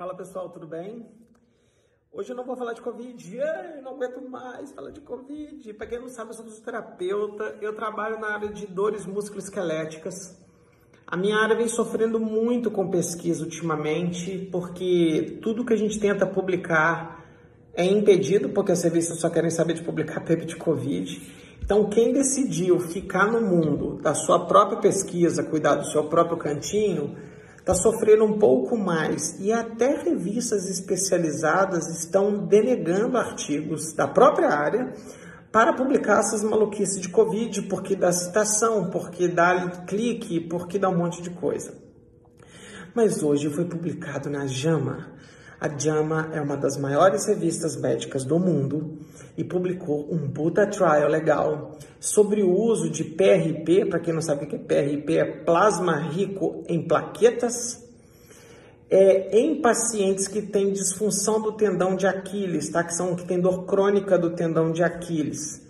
Fala pessoal, tudo bem? Hoje eu não vou falar de Covid, eu não aguento mais falar de Covid. Para quem não sabe, eu sou fisioterapeuta, eu trabalho na área de dores musculoesqueléticas. A minha área vem sofrendo muito com pesquisa ultimamente, porque tudo que a gente tenta publicar é impedido, porque as revistas só querem saber de publicar paper de Covid. Então, quem decidiu ficar no mundo da sua própria pesquisa, cuidar do seu próprio cantinho, está sofrendo um pouco mais. E até revistas especializadas estão denegando artigos da própria área para publicar essas maluquices de Covid, porque dá citação, porque dá clique, porque dá um monte de coisa. Mas hoje foi publicado na JAMA. A JAMA é uma das maiores revistas médicas do mundo e publicou um puta trial legal sobre o uso de PRP. Para quem não sabe o que é PRP, é plasma rico em plaquetas, em pacientes que têm disfunção do tendão de Aquiles, tá? Que tem dor crônica do tendão de Aquiles.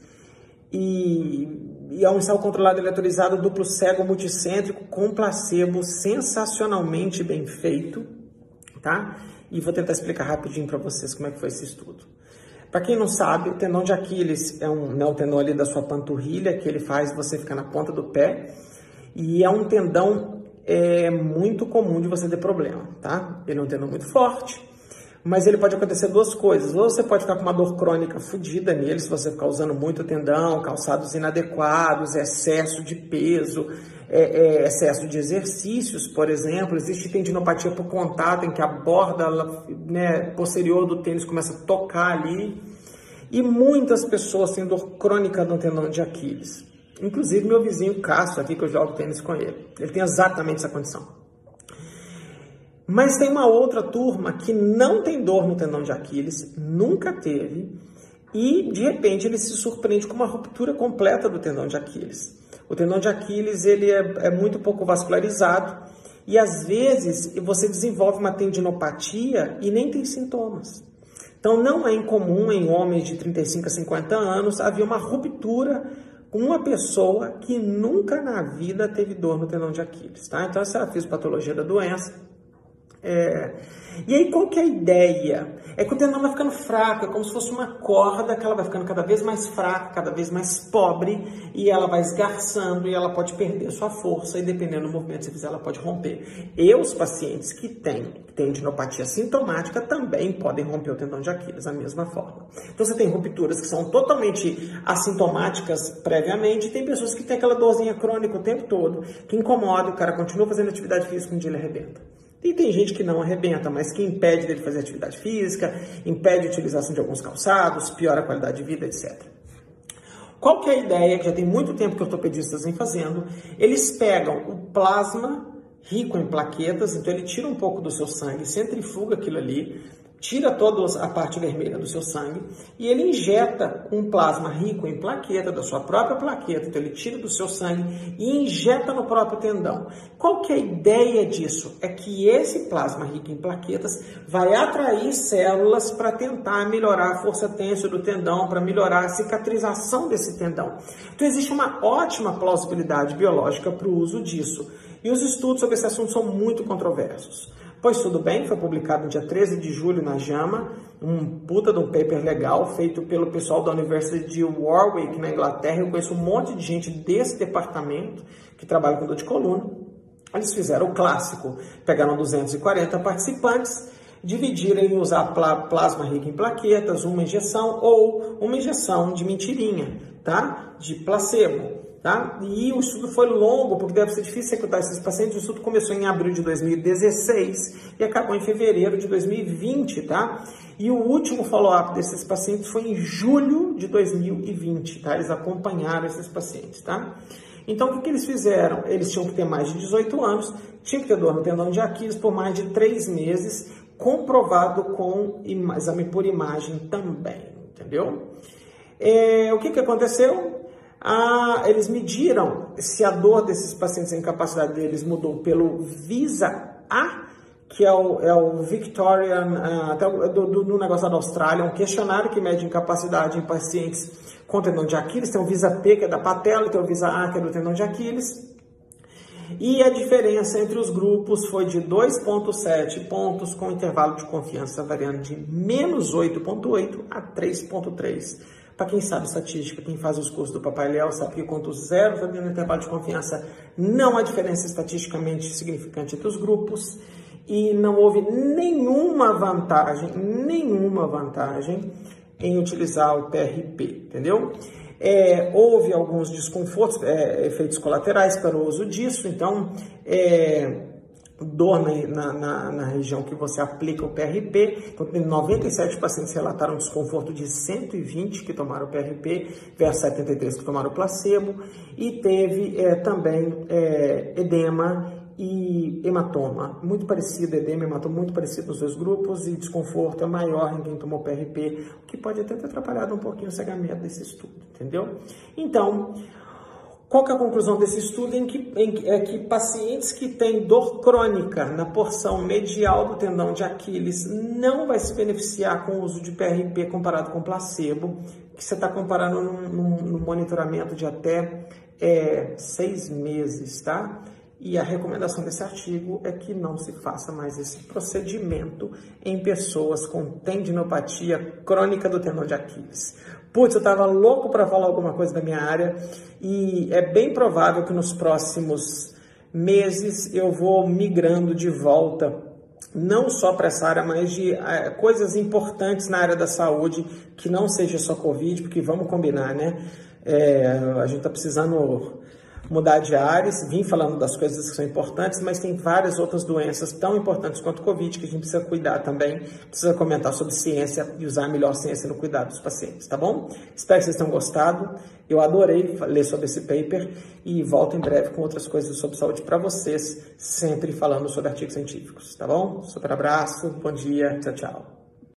E é um ensaio controlado eletrorizado duplo cego multicêntrico com placebo, sensacionalmente bem feito, tá? E vou tentar explicar rapidinho para vocês como é que foi esse estudo. Para quem não sabe, o tendão de Aquiles é o tendão ali da sua panturrilha, que ele faz você ficar na ponta do pé, e é um tendão muito comum de você ter problema, tá? Ele é um tendão muito forte, mas ele pode acontecer duas coisas. Ou você pode ficar com uma dor crônica fodida nele, se você ficar usando muito o tendão, calçados inadequados, excesso de peso, excesso de exercícios, por exemplo. Existe tendinopatia por contato, em que a borda posterior do tênis começa a tocar ali. E muitas pessoas têm dor crônica no tendão de Aquiles. Inclusive meu vizinho Cássio aqui, que eu jogo tênis com ele. Ele tem exatamente essa condição. Mas tem uma outra turma que não tem dor no tendão de Aquiles, nunca teve, e de repente ele se surpreende com uma ruptura completa do tendão de Aquiles. O tendão de Aquiles ele é muito pouco vascularizado e às vezes você desenvolve uma tendinopatia e nem tem sintomas. Então não é incomum em homens de 35 a 50 anos haver uma ruptura com uma pessoa que nunca na vida teve dor no tendão de Aquiles, tá? Então essa é a fisiopatologia da doença. E aí qual que é a ideia? É que o tendão vai ficando fraco, é como se fosse uma corda que ela vai ficando cada vez mais fraca, cada vez mais pobre, e ela vai esgarçando e ela pode perder sua força, e dependendo do movimento que você fizer, ela pode romper. E os pacientes que têm tendinopatia sintomática também podem romper o tendão de Aquiles da mesma forma. Então você tem rupturas que são totalmente assintomáticas previamente, e tem pessoas que têm aquela dorzinha crônica o tempo todo, que incomoda, o cara continua fazendo atividade física, um dia ele arrebenta. E tem gente que não arrebenta, mas que impede dele fazer atividade física, impede a utilização de alguns calçados, piora a qualidade de vida, etc. Qual que é a ideia, que já tem muito tempo que ortopedistas vêm fazendo? Eles pegam o plasma rico em plaquetas, então ele tira um pouco do seu sangue, centrifuga aquilo ali, tira toda a parte vermelha do seu sangue e ele injeta um plasma rico em plaqueta, da sua própria plaqueta, então ele tira do seu sangue e injeta no próprio tendão. Qual que é a ideia disso? É que esse plasma rico em plaquetas vai atrair células para tentar melhorar a força tênsil do tendão, para melhorar a cicatrização desse tendão. Então existe uma ótima plausibilidade biológica para o uso disso. E os estudos sobre esse assunto são muito controversos. Pois tudo bem, foi publicado no dia 13 de julho na JAMA, um puta de um paper legal feito pelo pessoal da Universidade de Warwick, na Inglaterra. Eu conheço um monte de gente desse departamento que trabalha com dor de coluna. Eles fizeram o clássico, pegaram 240 participantes, dividiram em usar plasma rico em plaquetas, uma injeção ou uma injeção de mentirinha, tá? De placebo. Tá? E o estudo foi longo, porque deve ser difícil recrutar esses pacientes. O estudo começou em abril de 2016 e acabou em fevereiro de 2020, tá? E o último follow-up desses pacientes foi em julho de 2020, tá? Eles acompanharam esses pacientes, tá? Então, o que eles fizeram? Eles tinham que ter mais de 18 anos, tinham que ter dor no tendão de Aquiles por mais de 3 meses, comprovado com exame por imagem também, entendeu? O que aconteceu? Eles mediram se a dor desses pacientes, a incapacidade deles mudou pelo VISA-A, que é o Victorian, do negócio da Austrália, um questionário que mede incapacidade em pacientes com tendão de Aquiles. Tem o VISA-P, que é da patela, tem o VISA-A, que é do tendão de Aquiles. E a diferença entre os grupos foi de 2,7 pontos, com intervalo de confiança variando de menos 8,8 a 3,3. Para quem sabe estatística, quem faz os cursos do Papai Léo, sabe que quanto zero está no intervalo de confiança, não há diferença estatisticamente significante entre os grupos e não houve nenhuma vantagem em utilizar o PRP, entendeu? Houve alguns desconfortos, efeitos colaterais para o uso disso, então dor na região que você aplica o PRP. Então, 97 pacientes relataram desconforto de 120 que tomaram o PRP versus 73 que tomaram o placebo, e teve também edema e hematoma, muito parecido, edema e hematoma muito parecido nos dois grupos, e desconforto é maior em quem tomou PRP, o que pode até ter atrapalhado um pouquinho o cegamento desse estudo, entendeu? Então, qual que é a conclusão desse estudo? É que pacientes que têm dor crônica na porção medial do tendão de Aquiles não vai se beneficiar com o uso de PRP comparado com placebo, que você está comparando no monitoramento de até 6 meses, tá? E a recomendação desse artigo é que não se faça mais esse procedimento em pessoas com tendinopatia crônica do tendão de Aquiles. Putz, eu estava louco para falar alguma coisa da minha área e é bem provável que nos próximos meses eu vou migrando de volta, não só para essa área, mas de coisas importantes na área da saúde, que não seja só Covid, porque vamos combinar, né? A gente está precisando mudar de áreas, vim falando das coisas que são importantes, mas tem várias outras doenças tão importantes quanto o Covid que a gente precisa cuidar também, precisa comentar sobre ciência e usar a melhor ciência no cuidado dos pacientes, tá bom? Espero que vocês tenham gostado, eu adorei ler sobre esse paper e volto em breve com outras coisas sobre saúde para vocês, sempre falando sobre artigos científicos, tá bom? Super abraço, bom dia, tchau, tchau.